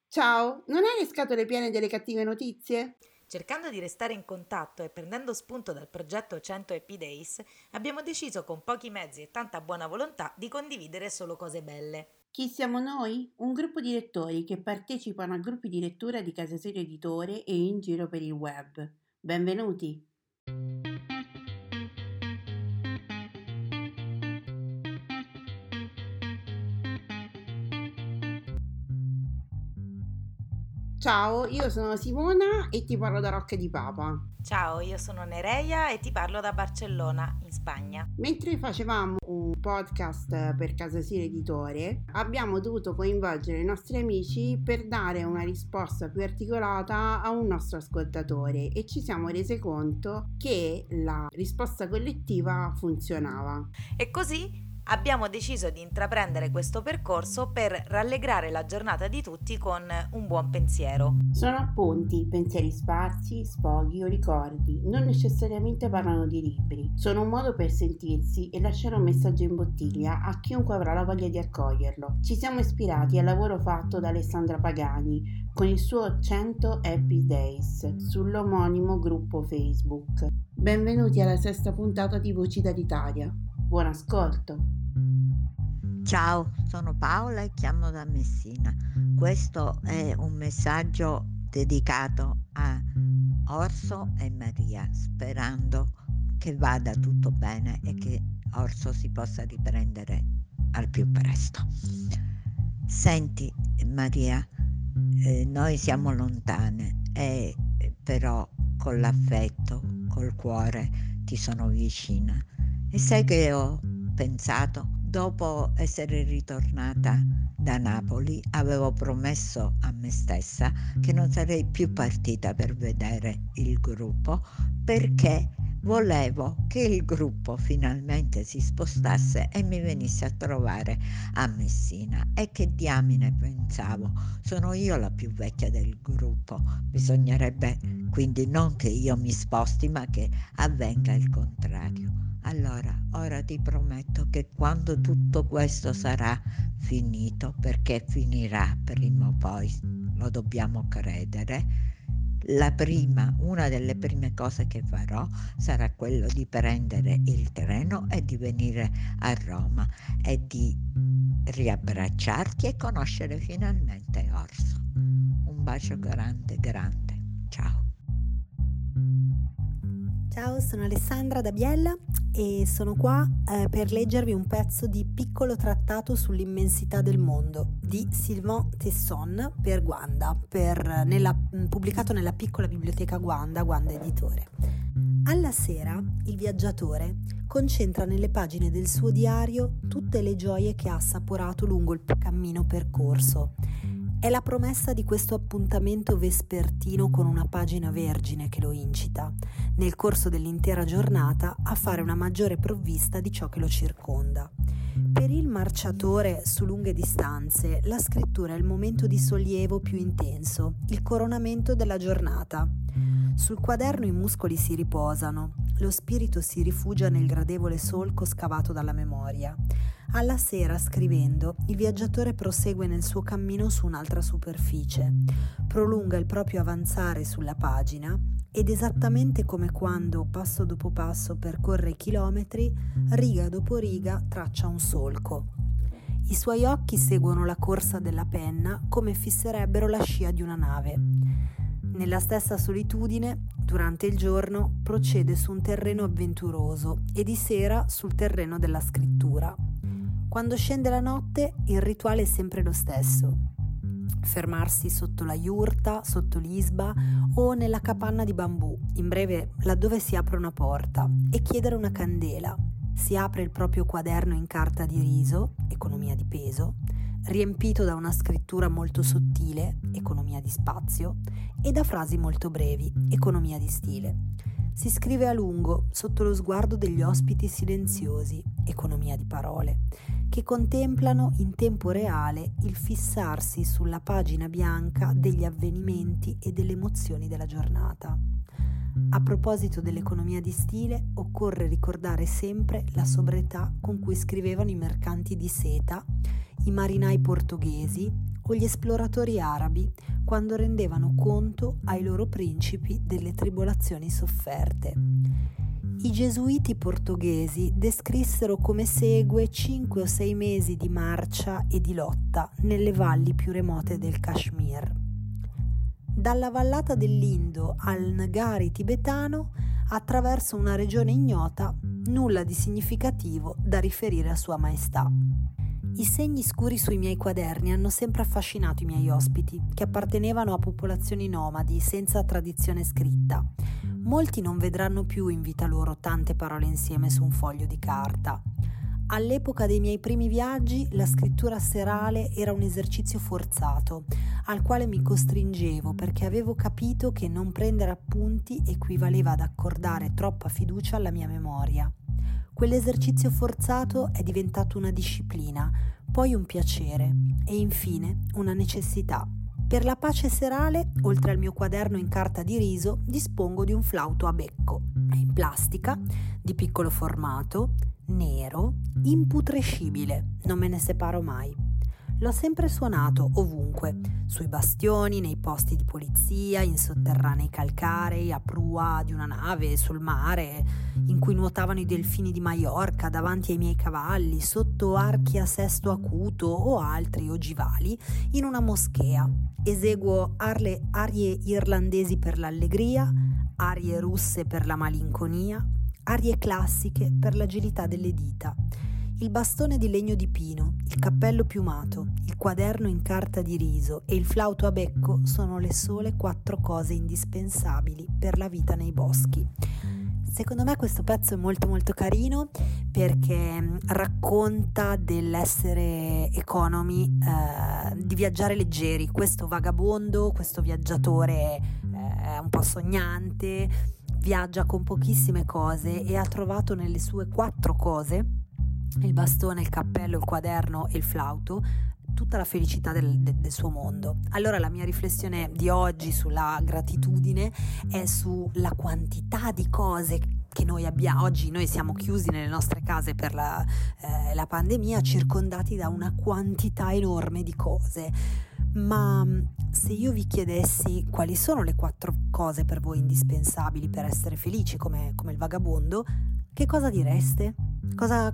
Ciao, non hai le scatole piene delle cattive notizie? Cercando di restare in contatto e prendendo spunto dal progetto 100 Happy Days, abbiamo deciso con pochi mezzi e tanta buona volontà di condividere solo cose belle. Chi siamo noi? Un gruppo di lettori che partecipano a gruppi di lettura di Casa Serio Editore e in giro per il web. Benvenuti! Ciao, io sono Simona e ti parlo da Rocca di Papa. Ciao, io sono Nereia e ti parlo da Barcellona, in Spagna. Mentre facevamo un podcast per Casa Serio Editore, abbiamo dovuto coinvolgere i nostri amici per dare una risposta più articolata a un nostro ascoltatore e ci siamo resi conto che la risposta collettiva funzionava. E così abbiamo deciso di intraprendere questo percorso per rallegrare la giornata di tutti con un buon pensiero. Sono appunti, pensieri sparsi, sfoghi o ricordi, non necessariamente parlano di libri. Sono un modo per sentirsi e lasciare un messaggio in bottiglia a chiunque avrà la voglia di accoglierlo. Ci siamo ispirati al lavoro fatto da Alessandra Pagani con il suo 100 Happy Days sull'omonimo gruppo Facebook. Benvenuti alla sesta puntata di Voci dall'Italia. Buon ascolto! Ciao, sono Paola e chiamo da Messina. Questo è un messaggio dedicato a Orso e Maria, sperando che vada tutto bene e che Orso si possa riprendere al più presto. Senti Maria, noi siamo lontane e però con l'affetto, col cuore ti sono vicina. E sai che ho pensato? Dopo essere ritornata da Napoli, avevo promesso a me stessa che non sarei più partita per vedere il gruppo, perché volevo che il gruppo finalmente si spostasse e mi venisse a trovare a Messina. E che diamine pensavo, sono io la più vecchia del gruppo, bisognerebbe quindi non che io mi sposti, ma che avvenga il contrario. Allora, ora ti prometto che quando tutto questo sarà finito, perché finirà prima o poi, lo dobbiamo credere, una delle prime cose che farò sarà quello di prendere il treno e di venire a Roma e di riabbracciarti e conoscere finalmente Orso. Un bacio grande, grande. Ciao. Ciao, sono Alessandra da Biella e sono qua per leggervi un pezzo di Piccolo trattato sull'immensità del mondo di Sylvain Tesson per Guanda, pubblicato nella piccola biblioteca Guanda Editore. Alla sera il viaggiatore concentra nelle pagine del suo diario tutte le gioie che ha assaporato lungo il cammino percorso. È la promessa di questo appuntamento vespertino con una pagina vergine che lo incita, nel corso dell'intera giornata, a fare una maggiore provvista di ciò che lo circonda. Per il marciatore su lunghe distanze, la scrittura è il momento di sollievo più intenso, il coronamento della giornata. Sul quaderno i muscoli si riposano, lo spirito si rifugia nel gradevole solco scavato dalla memoria. Alla sera, scrivendo, il viaggiatore prosegue nel suo cammino su un'altra superficie, prolunga il proprio avanzare sulla pagina ed esattamente come quando, passo dopo passo, percorre i chilometri, riga dopo riga traccia un solco. I suoi occhi seguono la corsa della penna come fisserebbero la scia di una nave. Nella stessa solitudine, durante il giorno, procede su un terreno avventuroso e di sera sul terreno della scrittura. Quando scende la notte, il rituale è sempre lo stesso. Fermarsi sotto la iurta, sotto l'isba o nella capanna di bambù, in breve laddove si apre una porta, e chiedere una candela. Si apre il proprio quaderno in carta di riso, economia di peso, riempito da una scrittura molto sottile, economia di spazio, e da frasi molto brevi, economia di stile. Si scrive a lungo, sotto lo sguardo degli ospiti silenziosi, economia di parole, che contemplano in tempo reale il fissarsi sulla pagina bianca degli avvenimenti e delle emozioni della giornata. A proposito dell'economia di stile, occorre ricordare sempre la sobrietà con cui scrivevano i mercanti di seta, i marinai portoghesi o gli esploratori arabi quando rendevano conto ai loro principi delle tribolazioni sofferte. I gesuiti portoghesi descrissero come segue 5 o 6 mesi di marcia e di lotta nelle valli più remote del Kashmir. Dalla vallata dell'Indo al Ngari tibetano, attraverso una regione ignota, nulla di significativo da riferire a Sua Maestà. I segni scuri sui miei quaderni hanno sempre affascinato i miei ospiti, che appartenevano a popolazioni nomadi senza tradizione scritta. Molti non vedranno più in vita loro tante parole insieme su un foglio di carta. All'epoca dei miei primi viaggi, la scrittura serale era un esercizio forzato, al quale mi costringevo perché avevo capito che non prendere appunti equivaleva ad accordare troppa fiducia alla mia memoria. Quell'esercizio forzato è diventato una disciplina, poi un piacere e infine una necessità. Per la pace serale, oltre al mio quaderno in carta di riso, dispongo di un flauto a becco. È in plastica, di piccolo formato, nero, imputrescibile, non me ne separo mai. L'ho sempre suonato ovunque, sui bastioni, nei posti di polizia, in sotterranei calcarei, a prua di una nave, sul mare, in cui nuotavano i delfini di Maiorca, davanti ai miei cavalli, sotto archi a sesto acuto o altri ogivali, in una moschea. Eseguo arie irlandesi per l'allegria, arie russe per la malinconia, arie classiche per l'agilità delle dita. Il bastone di legno di pino, il cappello piumato, il quaderno in carta di riso e il flauto a becco sono le sole 4 cose indispensabili per la vita nei boschi. Secondo me questo pezzo è molto molto carino perché racconta dell'essere economy, di viaggiare leggeri. Questo vagabondo, questo viaggiatore è un po' sognante, viaggia con pochissime cose e ha trovato nelle sue 4 cose, il bastone, il cappello, il quaderno e il flauto, tutta la felicità del suo mondo. Allora la mia riflessione di oggi sulla gratitudine è sulla quantità di cose che noi abbiamo. Oggi noi siamo chiusi nelle nostre case per la pandemia, circondati da una quantità enorme di cose. Ma se io vi chiedessi quali sono le 4 cose per voi indispensabili per essere felici come il vagabondo, che cosa direste? Cosa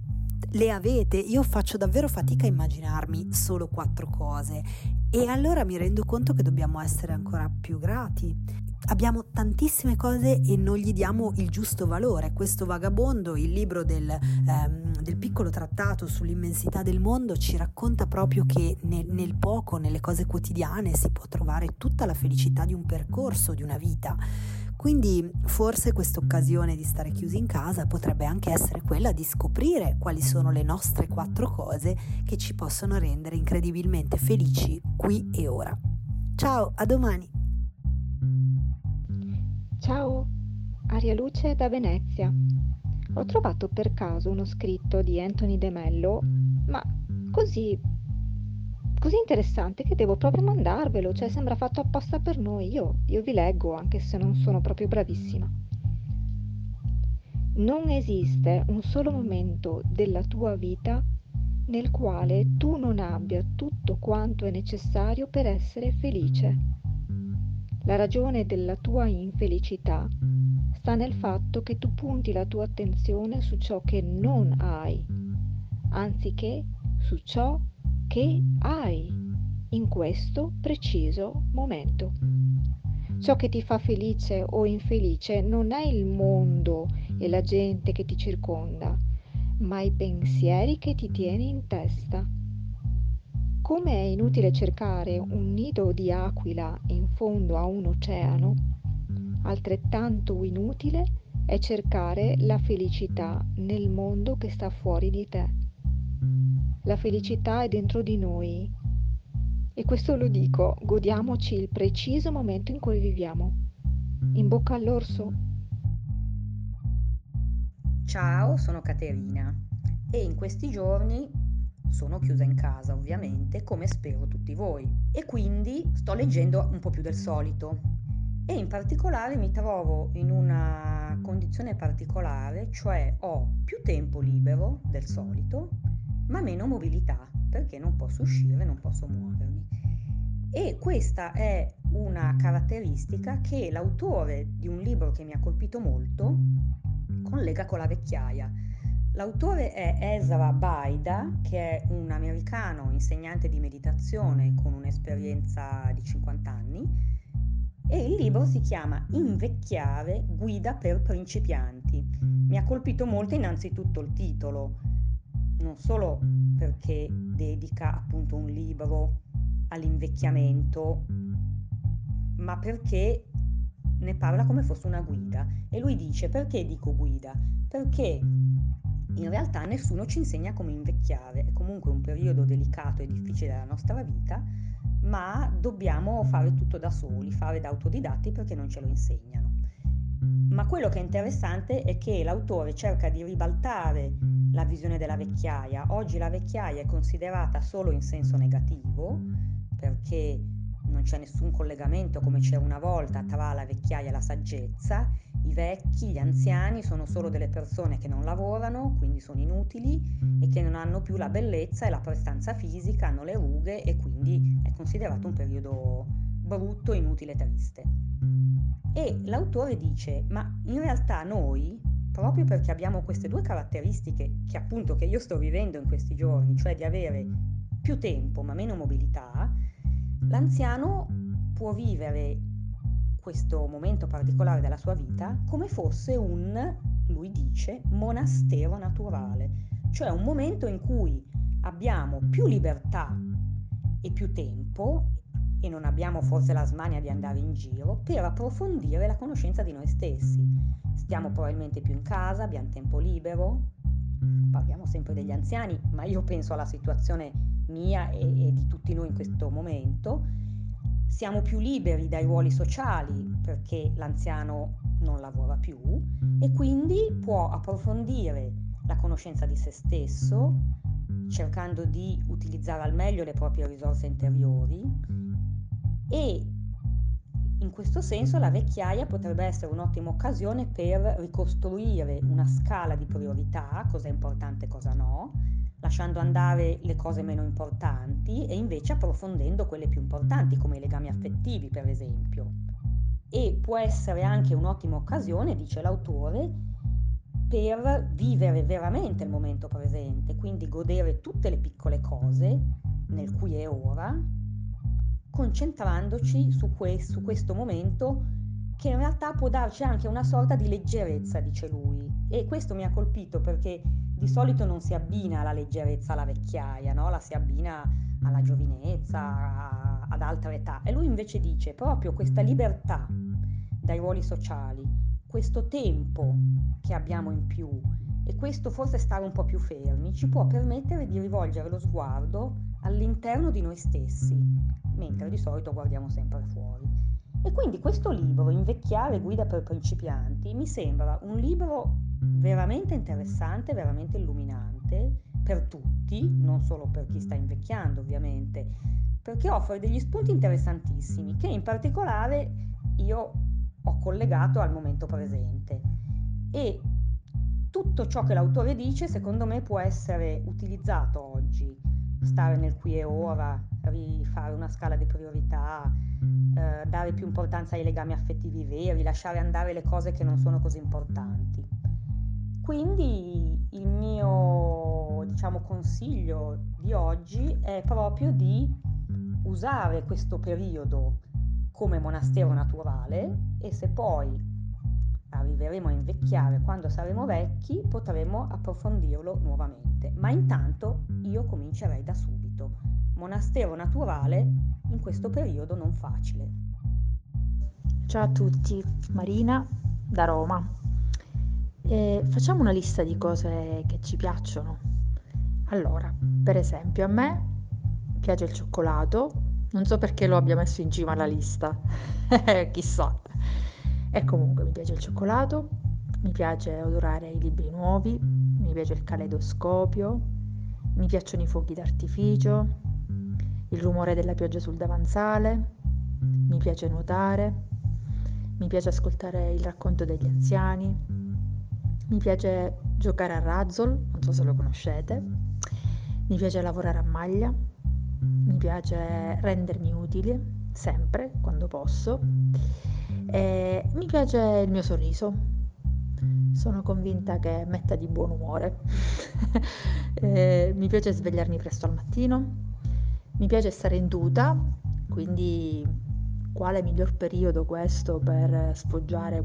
le avete? Io faccio davvero fatica a immaginarmi solo 4 cose e allora mi rendo conto che dobbiamo essere ancora più grati. Abbiamo tantissime cose e non gli diamo il giusto valore. Questo vagabondo, il libro del piccolo trattato sull'immensità del mondo, ci racconta proprio che nel poco, nelle cose quotidiane, si può trovare tutta la felicità di un percorso, di una vita. Quindi forse questa occasione di stare chiusi in casa potrebbe anche essere quella di scoprire quali sono le nostre 4 cose che ci possono rendere incredibilmente felici qui e ora. Ciao, a domani! Ciao, Aria Luce da Venezia. Ho trovato per caso uno scritto di Anthony De Mello, ma così interessante che devo proprio mandarvelo, cioè sembra fatto apposta per noi. Io vi leggo, anche se non sono proprio bravissima. Non esiste un solo momento della tua vita nel quale tu non abbia tutto quanto è necessario per essere felice. La ragione della tua infelicità sta nel fatto che tu punti la tua attenzione su ciò che non hai, anziché su ciò che hai in questo preciso momento. Ciò che ti fa felice o infelice non è il mondo e la gente che ti circonda, ma i pensieri che ti tieni in testa. Come è inutile cercare un nido di aquila in fondo a un oceano, altrettanto inutile è cercare la felicità nel mondo che sta fuori di te. La felicità è dentro di noi e questo lo dico, godiamoci il preciso momento in cui viviamo. In bocca all'orso. Ciao, sono Caterina e in questi giorni sono chiusa in casa, ovviamente, come spero tutti voi, e quindi sto leggendo un po' più del solito e in particolare mi trovo in una condizione particolare, cioè ho più tempo libero del solito, ma meno mobilità. perché non posso uscire, non posso muovermi. E questa è una caratteristica che l'autore di un libro che mi ha colpito molto collega con la vecchiaia. L'autore è Ezra Baida, che è un americano insegnante di meditazione con un'esperienza di 50 anni, e il libro si chiama Invecchiare, guida per principianti. Mi ha colpito molto innanzitutto il titolo, non solo perché dedica appunto un libro all'invecchiamento, ma perché ne parla come fosse una guida. E lui dice: perché dico guida? Perché in realtà nessuno ci insegna come invecchiare, è comunque un periodo delicato e difficile della nostra vita, ma dobbiamo fare tutto da soli, fare da autodidatti perché non ce lo insegnano. Ma quello che è interessante è che l'autore cerca di ribaltare la visione della vecchiaia. Oggi la vecchiaia è considerata solo in senso negativo, perché non c'è nessun collegamento come c'era una volta tra la vecchiaia e la saggezza. I vecchi, gli anziani sono solo delle persone che non lavorano, quindi sono inutili e che non hanno più la bellezza e la prestanza fisica, hanno le rughe e quindi è considerato un periodo brutto, inutile, triste. E l'autore dice: ma in realtà noi, proprio perché abbiamo queste due caratteristiche che appunto che io sto vivendo in questi giorni, cioè di avere più tempo ma meno mobilità, l'anziano può vivere questo momento particolare della sua vita come fosse un, lui dice, monastero naturale, cioè un momento in cui abbiamo più libertà e più tempo e non abbiamo forse la smania di andare in giro per approfondire la conoscenza di noi stessi. Stiamo probabilmente più in casa, abbiamo tempo libero, parliamo sempre degli anziani, ma io penso alla situazione mia e di tutti noi in questo momento. Siamo più liberi dai ruoli sociali perché l'anziano non lavora più e quindi può approfondire la conoscenza di se stesso, cercando di utilizzare al meglio le proprie risorse interiori, e in questo senso la vecchiaia potrebbe essere un'ottima occasione per ricostruire una scala di priorità, cosa è importante e cosa no, lasciando andare le cose meno importanti e invece approfondendo quelle più importanti, come i legami affettivi, per esempio. E può essere anche un'ottima occasione, dice l'autore, per vivere veramente il momento presente, quindi godere tutte le piccole cose nel qui e ora, concentrandoci su questo momento che in realtà può darci anche una sorta di leggerezza, dice lui. E questo mi ha colpito perché di solito non si abbina la leggerezza alla vecchiaia, no? La si abbina alla giovinezza, ad altre età. E lui invece dice proprio questa libertà dai ruoli sociali, questo tempo che abbiamo in più e questo forse stare un po' più fermi ci può permettere di rivolgere lo sguardo all'interno di noi stessi, mentre di solito guardiamo sempre fuori. E quindi questo libro, Invecchiare, guida per principianti, mi sembra un libro veramente interessante, veramente illuminante per tutti, non solo per chi sta invecchiando ovviamente, perché offre degli spunti interessantissimi che in particolare io ho collegato al momento presente. E tutto ciò che l'autore dice secondo me può essere utilizzato oggi, stare nel qui e ora, rifare una scala di priorità, dare più importanza ai legami affettivi veri, lasciare andare le cose che non sono così importanti. Quindi il mio, diciamo, consiglio di oggi è proprio di usare questo periodo come monastero naturale e se poi arriveremo a invecchiare quando saremo vecchi potremo approfondirlo nuovamente, ma intanto io comincerei da subito. Monastero naturale in questo periodo non facile. Ciao a tutti, Marina da Roma. Facciamo una lista di cose che ci piacciono. Allora, per esempio, a me piace il cioccolato, non so perché lo abbia messo in cima alla lista, chissà. E comunque mi piace il cioccolato, mi piace odorare i libri nuovi, mi piace il caleidoscopio, mi piacciono i fuochi d'artificio, il rumore della pioggia sul davanzale, mi piace nuotare, mi piace ascoltare il racconto degli anziani, mi piace giocare a Razzle, non so se lo conoscete, Mi piace lavorare a maglia, mi piace rendermi utile, sempre, quando posso, e mi piace il mio sorriso. Sono convinta che metta di buon umore. Mi piace svegliarmi presto al mattino, mi piace stare in tuta, quindi quale miglior periodo questo per sfoggiare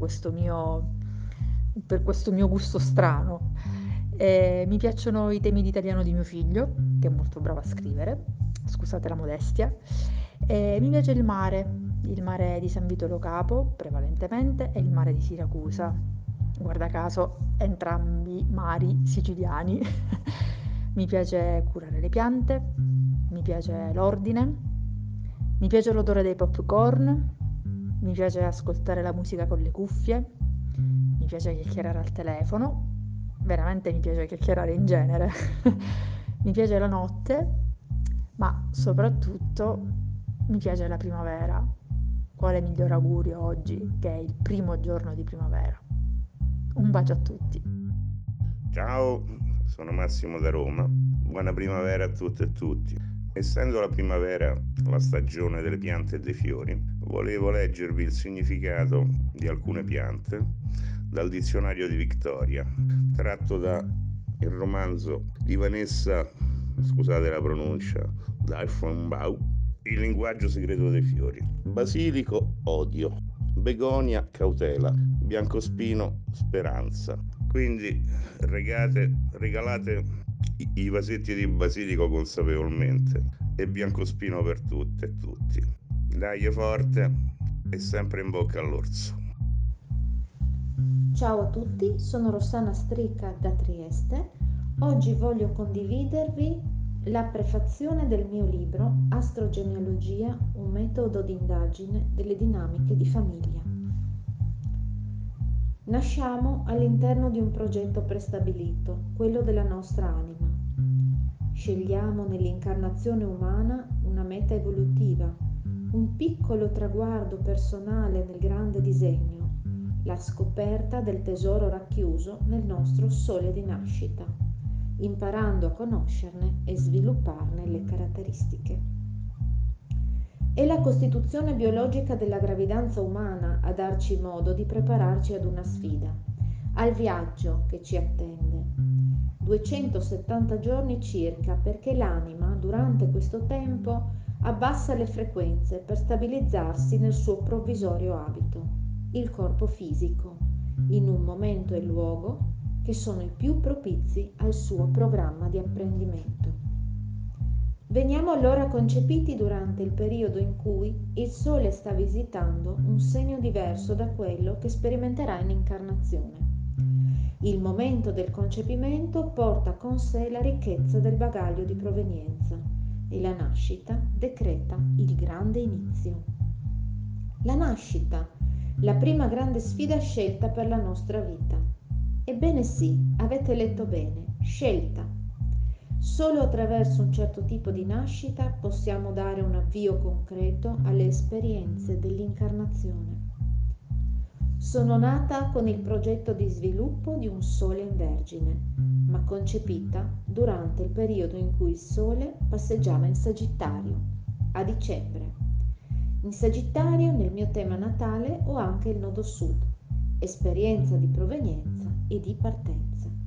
per questo mio gusto strano. Mi piacciono i temi di italiano di mio figlio, che è molto bravo a scrivere, scusate la modestia. Mi piace il mare di San Vito Lo Capo prevalentemente e il mare di Siracusa, guarda caso entrambi mari siciliani. Mi piace curare le piante, mi piace l'ordine, mi piace l'odore dei popcorn, mi piace ascoltare la musica con le cuffie, mi piace chiacchierare al telefono, veramente mi piace chiacchierare in genere. Mi piace la notte, ma soprattutto mi piace la primavera. Quale miglior augurio oggi che è il primo giorno di primavera. Un bacio a tutti. Ciao, sono Massimo da Roma. Buona primavera a tutte e tutti. Essendo la primavera la stagione delle piante e dei fiori, volevo leggervi il significato di alcune piante dal dizionario di Victoria, tratto da il romanzo di Vanessa, scusate la pronuncia, Dalfonbau, Il linguaggio segreto dei fiori. Basilico, odio. Begonia, cautela. Biancospino, speranza. Quindi regalate i vasetti di basilico consapevolmente e biancospino per tutte e tutti. Dai forte e sempre in bocca all'orso. Ciao a tutti, sono Rossana Stricca da Trieste. Oggi voglio condividervi la prefazione del mio libro Astrogenealogia, un metodo di indagine delle dinamiche di famiglia. Nasciamo all'interno di un progetto prestabilito, quello della nostra anima. Scegliamo nell'incarnazione umana una meta evolutiva, un piccolo traguardo personale nel grande disegno, la scoperta del tesoro racchiuso nel nostro sole di nascita, imparando a conoscerne e svilupparne le caratteristiche. È la costituzione biologica della gravidanza umana a darci modo di prepararci ad una sfida, al viaggio che ci attende. 270 giorni circa, perché l'anima durante questo tempo abbassa le frequenze per stabilizzarsi nel suo provvisorio abito, il corpo fisico, in un momento e luogo che sono i più propizi al suo programma di apprendimento. Veniamo allora concepiti durante il periodo in cui il Sole sta visitando un segno diverso da quello che sperimenterà in incarnazione. Il momento del concepimento porta con sé la ricchezza del bagaglio di provenienza e la nascita decreta il grande inizio. La nascita, la prima grande sfida scelta per la nostra vita. Ebbene sì, avete letto bene, scelta. Solo attraverso un certo tipo di nascita possiamo dare un avvio concreto alle esperienze dell'incarnazione. Sono nata con il progetto di sviluppo di un Sole in Vergine, ma concepita durante il periodo in cui il Sole passeggiava in Sagittario, a dicembre. In Sagittario, nel mio tema natale, ho anche il nodo sud, esperienza di provenienza e di partenza.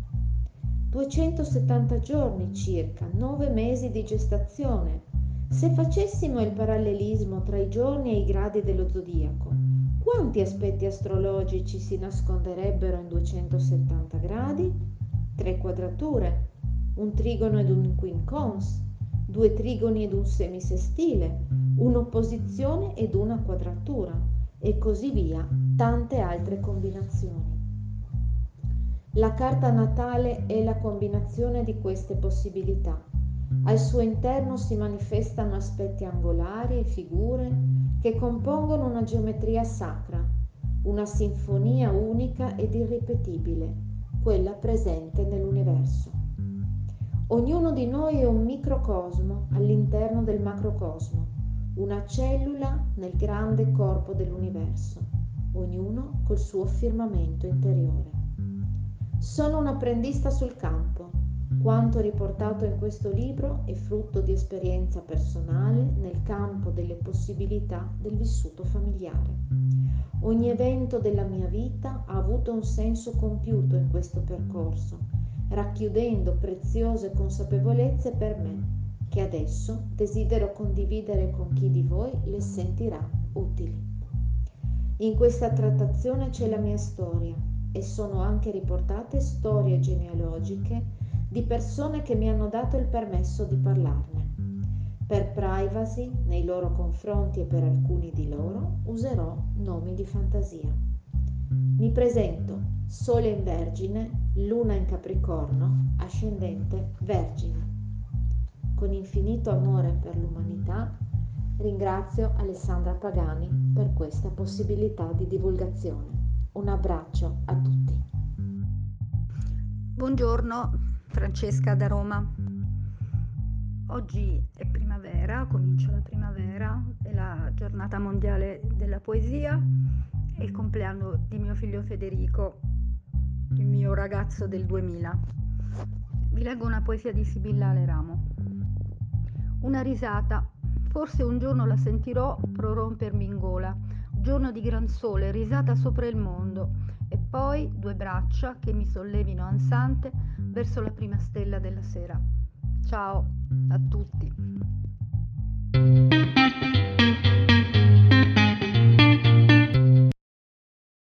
270 giorni circa, 9 mesi di gestazione. Se facessimo il parallelismo tra i giorni e i gradi dello zodiaco, quanti aspetti astrologici si nasconderebbero in 270 gradi? 3 quadrature, un trigono ed un quincons, 2 trigoni ed un semisestile, un'opposizione ed una quadratura, e così via, tante altre combinazioni. La carta natale è la combinazione di queste possibilità. Al suo interno si manifestano aspetti angolari e figure che compongono una geometria sacra, una sinfonia unica ed irripetibile, quella presente nell'universo. Ognuno di noi è un microcosmo all'interno del macrocosmo, una cellula nel grande corpo dell'universo, ognuno col suo firmamento interiore. Sono un apprendista sul campo, Quanto riportato in questo libro è frutto di esperienza personale nel campo delle possibilità del vissuto familiare. Ogni evento della mia vita ha avuto un senso compiuto in questo percorso, racchiudendo preziose consapevolezze per me, che adesso desidero condividere con chi di voi le sentirà utili. In questa trattazione c'è la mia storia e sono anche riportate storie genealogiche di persone che mi hanno dato il permesso di parlarne. Per privacy nei loro confronti e per alcuni di loro userò nomi di fantasia. Mi presento: Sole in Vergine, Luna in Capricorno, Ascendente Vergine. Con infinito amore per l'umanità, ringrazio Alessandra Pagani per questa possibilità di divulgazione. Un abbraccio a tutti. Buongiorno, Francesca da Roma. Oggi è primavera, comincia la primavera, è la giornata mondiale della poesia, è il compleanno di mio figlio Federico, il mio ragazzo del 2000. Vi leggo una poesia di Sibilla Aleramo. Una risata, forse un giorno la sentirò prorompermi in gola, giorno di gran sole, risata sopra il mondo, e poi 2 braccia che mi sollevino ansante verso la prima stella della sera. Ciao a tutti.